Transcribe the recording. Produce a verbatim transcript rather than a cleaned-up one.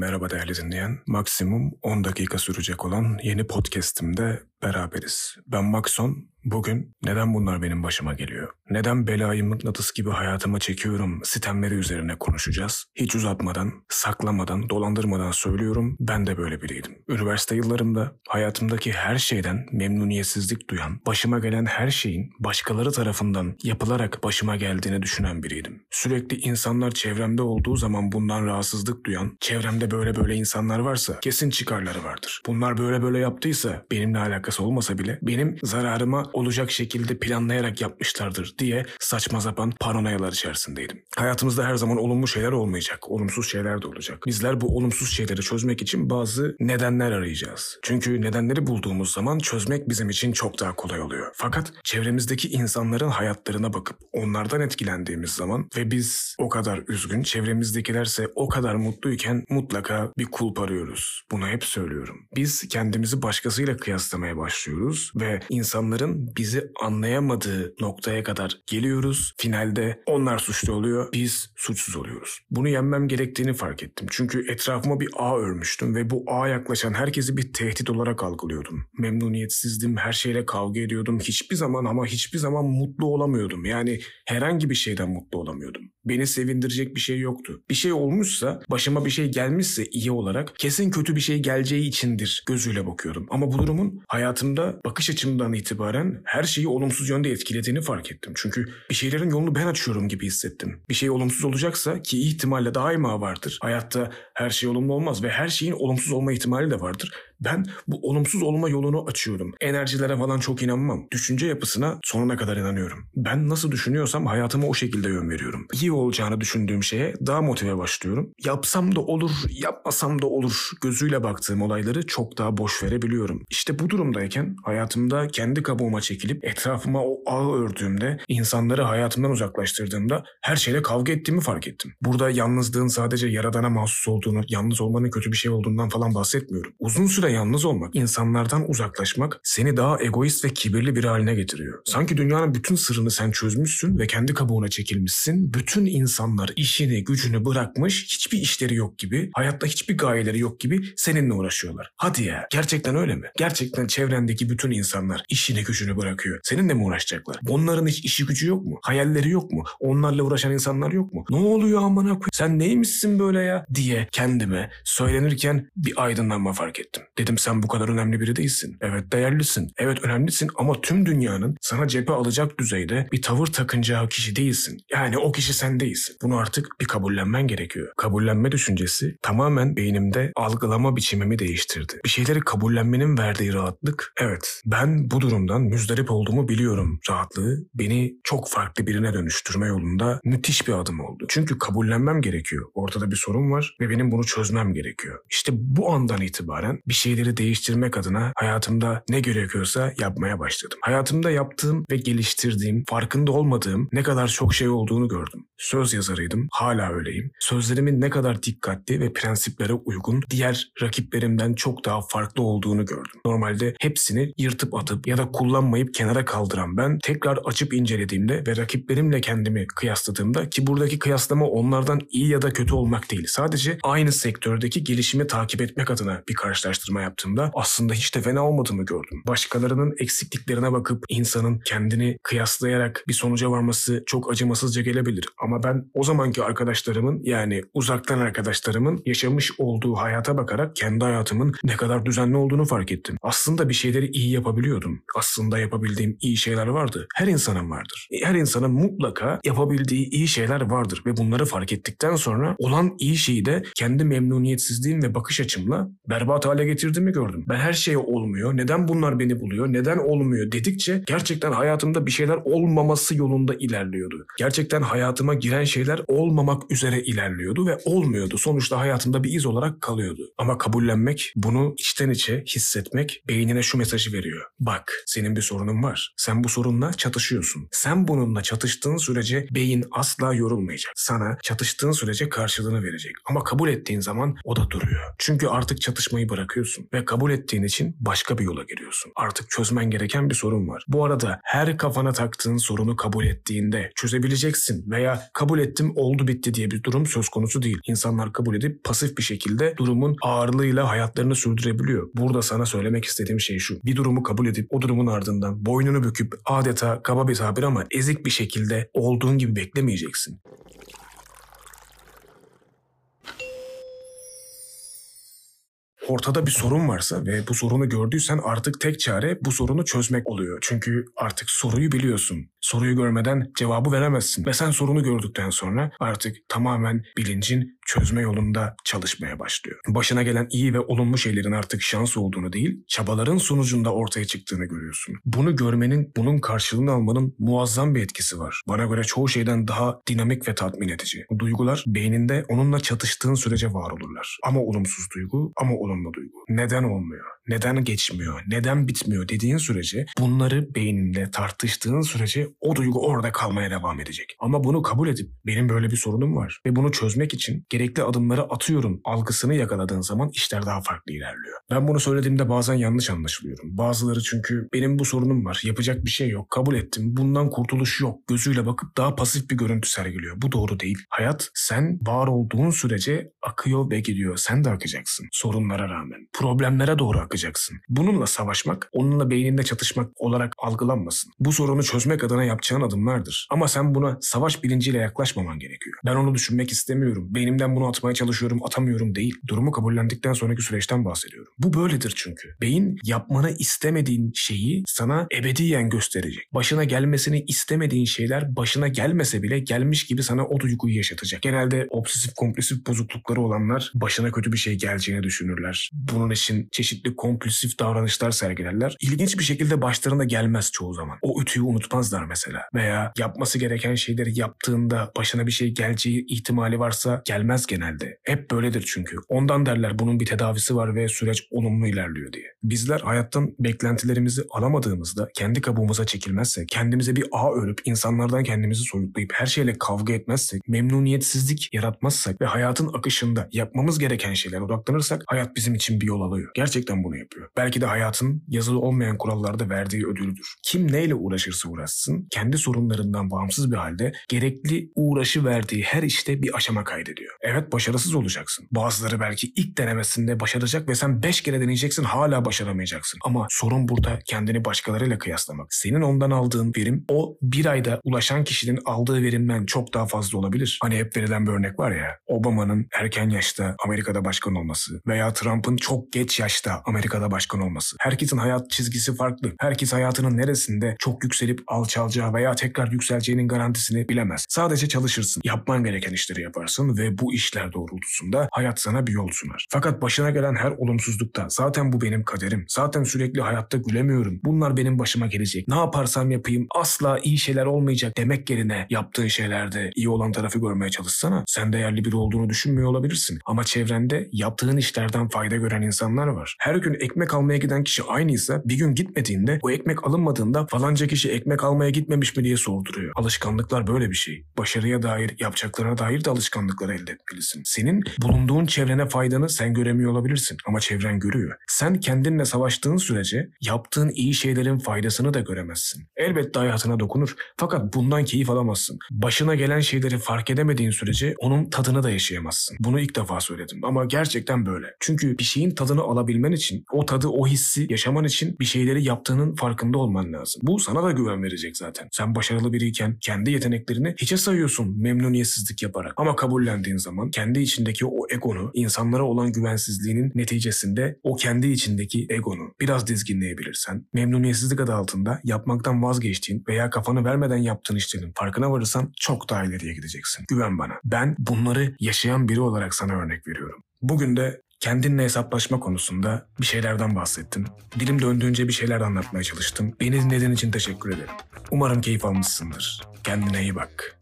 Merhaba değerli dinleyen. Maksimum on dakika sürecek olan yeni podcast'imde beraberiz. Ben Maxon. Bugün neden bunlar benim başıma geliyor? Neden belayı mıknatıs gibi hayatıma çekiyorum sitemleri üzerine konuşacağız. Hiç uzatmadan, saklamadan, dolandırmadan söylüyorum, ben de böyle biriydim. Üniversite yıllarımda hayatımdaki her şeyden memnuniyetsizlik duyan, başıma gelen her şeyin başkaları tarafından yapılarak başıma geldiğini düşünen biriydim. Sürekli insanlar çevremde olduğu zaman bundan rahatsızlık duyan, çevremde böyle böyle insanlar varsa kesin çıkarları vardır. Bunlar böyle böyle yaptıysa benimle alakası olmasa bile benim zararıma olacak şekilde planlayarak yapmışlardır diye saçma sapan paranoyalar içerisindeydim. Hayatımızda her zaman olumlu şeyler olmayacak, olumsuz şeyler de olacak. Bizler bu olumsuz şeyleri çözmek için bazı nedenler arayacağız. Çünkü nedenleri bulduğumuz zaman çözmek bizim için çok daha kolay oluyor. Fakat çevremizdeki insanların hayatlarına bakıp onlardan etkilendiğimiz zaman ve biz o kadar üzgün, çevremizdekilerse o kadar mutluyken mutlaka bir kulp arıyoruz. Bunu hep söylüyorum. Biz kendimizi başkasıyla kıyaslamaya başlıyoruz ve insanların bizi anlayamadığı noktaya kadar geliyoruz. Finalde onlar suçlu oluyor, biz suçsuz oluyoruz. Bunu yenmem gerektiğini fark ettim. Çünkü etrafıma bir ağ örmüştüm ve bu ağa yaklaşan herkesi bir tehdit olarak algılıyordum. Memnuniyetsizdim, her şeyle kavga ediyordum. Hiçbir zaman ama hiçbir zaman mutlu olamıyordum. Yani herhangi bir şeyden mutlu olamıyordum. Beni sevindirecek bir şey yoktu. Bir şey olmuşsa, başıma bir şey gelmişse iyi olarak kesin kötü bir şey geleceği içindir gözüyle bakıyordum. Ama bu durumun hayatımda bakış açımdan itibaren her şeyi olumsuz yönde etkilediğini fark ettim. Çünkü bir şeylerin yolunu ben açıyorum gibi hissettim. Bir şey olumsuz olacaksa ki ihtimalle daima vardır. Hayatta her şey olumlu olmaz ve her şeyin olumsuz olma ihtimali de vardır. Ben bu olumsuz olma yolunu açıyorum. Enerjilere falan çok inanmam. Düşünce yapısına sonuna kadar inanıyorum. Ben nasıl düşünüyorsam hayatıma o şekilde yön veriyorum. İyi olacağını düşündüğüm şeye daha motive başlıyorum. Yapsam da olur, yapmasam da olur gözüyle baktığım olayları çok daha boş verebiliyorum. İşte bu durumdayken hayatımda kendi kabuğuma çekilip etrafıma o ağı ördüğümde, insanları hayatımdan uzaklaştırdığımda her şeyle kavga ettiğimi fark ettim. Burada yalnızlığın sadece yaradana mahsus olduğunu, yalnız olmanın kötü bir şey olduğundan falan bahsetmiyorum. Uzun süre yalnız olmak, insanlardan uzaklaşmak seni daha egoist ve kibirli bir haline getiriyor. Sanki dünyanın bütün sırrını sen çözmüşsün ve kendi kabuğuna çekilmişsin. Bütün insanlar işini, gücünü bırakmış, hiçbir işleri yok gibi, hayatta hiçbir gayeleri yok gibi seninle uğraşıyorlar. Hadi ya, gerçekten öyle mi? Gerçekten çevrendeki bütün insanlar işini, gücünü bırakıyor. Seninle mi uğraşacaklar? Onların hiç işi gücü yok mu? Hayalleri yok mu? Onlarla uğraşan insanlar yok mu? Ne oluyor amına koyayım? Sen neymişsin böyle ya? Diye kendime söylenirken bir aydınlanma fark ettim. Dedim sen bu kadar önemli biri değilsin. Evet değerlisin. Evet önemlisin ama tüm dünyanın sana cephe alacak düzeyde bir tavır takınacağı kişi değilsin. Yani o kişi sen değilsin. Bunu artık bir kabullenmen gerekiyor. Kabullenme düşüncesi tamamen beynimde algılama biçimimi değiştirdi. Bir şeyleri kabullenmenin verdiği rahatlık, evet ben bu durumdan müzdarip olduğumu biliyorum. Rahatlığı beni çok farklı birine dönüştürme yolunda müthiş bir adım oldu. Çünkü kabullenmem gerekiyor. Ortada bir sorun var ve benim bunu çözmem gerekiyor. İşte bu andan itibaren bir şeyleri değiştirmek adına hayatımda ne gerekiyorsa yapmaya başladım. Hayatımda yaptığım ve geliştirdiğim, farkında olmadığım ne kadar çok şey olduğunu gördüm. Söz yazarıydım, hala öyleyim. Sözlerimin ne kadar dikkatli ve prensiplere uygun, diğer rakiplerimden çok daha farklı olduğunu gördüm. Normalde hepsini yırtıp atıp ya da kullanmayıp kenara kaldıran ben tekrar açıp incelediğimde ve rakiplerimle kendimi kıyasladığımda, ki buradaki kıyaslama onlardan iyi ya da kötü olmak değil. Sadece aynı sektördeki gelişimi takip etmek adına bir karşılaştırma yaptığımda aslında hiç de fena olmadığımı gördüm. Başkalarının eksikliklerine bakıp insanın kendini kıyaslayarak bir sonuca varması çok acımasızca gelebilir. Ama ben o zamanki arkadaşlarımın, yani uzaktan arkadaşlarımın yaşamış olduğu hayata bakarak kendi hayatımın ne kadar düzenli olduğunu fark ettim. Aslında bir şeyleri iyi yapabiliyordum. Aslında yapabildiğim iyi şeyler vardı. Her insanın vardır. Her insanın mutlaka yapabildiği iyi şeyler vardır ve bunları fark ettikten sonra olan iyi şeyi de kendi memnuniyetsizliğim ve bakış açımla berbat hale getirdiğimi gördüm. Ben her şey olmuyor, neden bunlar beni buluyor, neden olmuyor dedikçe gerçekten hayatımda bir şeyler olmaması yolunda ilerliyordu. Gerçekten hayatıma giren şeyler olmamak üzere ilerliyordu ve olmuyordu. Sonuçta hayatımda bir iz olarak kalıyordu. Ama kabullenmek, bunu içten içe hissetmek beynine şu mesajı veriyor. Bak, senin bir sorunun var. Sen bu sorunla çatışıyorsun. Sen bununla çatıştığın sürece beyin asla yorulmayacak. Sana çatıştığın sürece karşılığını verecek. Ama kabul ettiğin zaman o da duruyor. Çünkü artık çatışmayı bırakıyorsun. ediyorsun ve kabul ettiğin için başka bir yola giriyorsun. Artık çözmen gereken bir sorun var. Bu arada her kafana taktığın sorunu kabul ettiğinde çözebileceksin veya kabul ettim oldu bitti diye bir durum söz konusu değil. İnsanlar kabul edip pasif bir şekilde durumun ağırlığıyla hayatlarını sürdürebiliyor. Burada sana söylemek istediğim şey şu: bir durumu kabul edip o durumun ardından boynunu büküp adeta kaba bir tabir ama ezik bir şekilde olduğun gibi beklemeyeceksin. Ortada bir sorun varsa ve bu sorunu gördüysen artık tek çare bu sorunu çözmek oluyor. Çünkü artık soruyu biliyorsun. Soruyu görmeden cevabı veremezsin. Ve sen sorunu gördükten sonra artık tamamen bilincin çözme yolunda çalışmaya başlıyor. Başına gelen iyi ve olumlu şeylerin artık şans olduğunu değil, çabaların sonucunda ortaya çıktığını görüyorsun. Bunu görmenin, bunun karşılığını almanın muazzam bir etkisi var. Bana göre çoğu şeyden daha dinamik ve tatmin edici. Bu duygular beyninde onunla çatıştığın sürece var olurlar. Ama olumsuz duygu, ama olumlu duygu. Neden olmuyor? Neden geçmiyor? Neden bitmiyor dediğin sürece, bunları beyninde tartıştığın sürece o duygu orada kalmaya devam edecek. Ama bunu kabul edip benim böyle bir sorunum var ve bunu çözmek için gerekli adımları atıyorum algısını yakaladığın zaman işler daha farklı ilerliyor. Ben bunu söylediğimde bazen yanlış anlaşılıyorum. Bazıları çünkü benim bu sorunum var, yapacak bir şey yok, kabul ettim, bundan kurtuluş yok gözüyle bakıp daha pasif bir görüntü sergiliyor. Bu doğru değil. Hayat sen var olduğun sürece akıyor ve gidiyor. Sen de akacaksın sorunlara rağmen. Problemlere doğru akacaksın. Bununla savaşmak, onunla beyninde çatışmak olarak algılanmasın. Bu sorunu çözmek adına yapacağın adımlardır. Ama sen buna savaş bilinciyle yaklaşmaman gerekiyor. Ben onu düşünmek istemiyorum. Beynimden bunu atmaya çalışıyorum, atamıyorum değil. Durumu kabullendikten sonraki süreçten bahsediyorum. Bu böyledir çünkü. Beyin yapmanı istemediğin şeyi sana ebediyen gösterecek. Başına gelmesini istemediğin şeyler başına gelmese bile gelmiş gibi sana o duyguyu yaşatacak. Genelde obsesif kompulsif bozuklukları olanlar başına kötü bir şey geleceğini düşünürler. Bunun için çeşitli kompulsif davranışlar sergilerler. İlginç bir şekilde başlarına gelmez çoğu zaman. O ütüyü unutmazlar mesela. Veya yapması gereken şeyleri yaptığında başına bir şey geleceği ihtimali varsa gelmez genelde. Hep böyledir çünkü. Ondan derler bunun bir tedavisi var ve süreç olumlu ilerliyor diye. Bizler hayattan beklentilerimizi alamadığımızda, kendi kabuğumuza çekilmezsek, kendimize bir ağ örüp insanlardan kendimizi soyutlayıp her şeyle kavga etmezsek, memnuniyetsizlik yaratmazsak ve hayatın akışında yapmamız gereken şeylere odaklanırsak hayat bizim için bir yol alıyor. Gerçekten bunu yapıyor. Belki de hayatın yazılı olmayan kurallarda verdiği ödüldür. Kim neyle uğraşırsa uğraşsın, kendi sorunlarından bağımsız bir halde gerekli uğraşı verdiği her işte bir aşama kaydediyor. Evet, başarısız olacaksın. Bazıları belki ilk denemesinde başaracak ve sen beş kere deneyeceksin, hala başaramayacaksın. Ama sorun burada kendini başkalarıyla kıyaslamak. Senin ondan aldığın verim o bir ayda ulaşan kişinin aldığı verimden çok daha fazla olabilir. Hani hep verilen bir örnek var ya, Obama'nın erken yaşta Amerika'da başkan olması veya Trump'ın çok geç yaşta Amerika'da başkan olması. Herkesin hayat çizgisi farklı. Herkes hayatının neresinde çok yükselip alçalacağı veya tekrar yükseleceğinin garantisini bilemez. Sadece çalışırsın. Yapman gereken işleri yaparsın ve bu işler doğrultusunda hayat sana bir yol sunar. Fakat başına gelen her olumsuzlukta zaten bu benim kaderim. Zaten sürekli hayatta gülemiyorum. Bunlar benim başıma gelecek. Ne yaparsam yapayım asla iyi şeyler olmayacak demek yerine yaptığın şeylerde iyi olan tarafı görmeye çalışsana. Sen değerli biri olduğunu düşünmüyor olabilirsin. Ama çevrende yaptığın işlerden fayda gören insanlar var. Her gün ekmek almaya giden kişi aynıysa bir gün gitmediğinde, o ekmek alınmadığında falanca kişi ekmek almaya gitmemiş mi diye sorduruyor. Alışkanlıklar böyle bir şey. Başarıya dair, yapacaklarına dair de alışkanlıkları elde etmelisin. Senin bulunduğun çevrene faydanı sen göremiyor olabilirsin ama çevren görüyor. Sen kendinle savaştığın sürece yaptığın iyi şeylerin faydasını da göremezsin. Elbette hayatına dokunur fakat bundan keyif alamazsın. Başına gelen şeyleri fark edemediğin sürece onun tadını da yaşayamazsın. Bunu ilk defa söyledim ama gerçekten böyle. Çünkü bir şeyin tadını alabilmen için, o tadı, o hissi yaşaman için bir şeyleri yaptığının farkında olman lazım. Bu sana da güven verecek zaten. Sen başarılı biriyken kendi yeteneklerini hiçe sayıyorsun memnuniyetsizlik yaparak. Ama kabullendiğin zaman kendi içindeki o egonu, insanlara olan güvensizliğinin neticesinde o kendi içindeki egonu biraz dizginleyebilirsen, memnuniyetsizlik adı altında yapmaktan vazgeçtiğin veya kafanı vermeden yaptığın işlerin farkına varırsan çok daha ileriye gideceksin. Güven bana. Ben bunları yaşayan biri olarak sana örnek veriyorum. Bugün de kendinle hesaplaşma konusunda bir şeylerden bahsettim. Dilim döndüğünce bir şeyler anlatmaya çalıştım. Beni dinlediğin için teşekkür ederim. Umarım keyif almışsındır. Kendine iyi bak.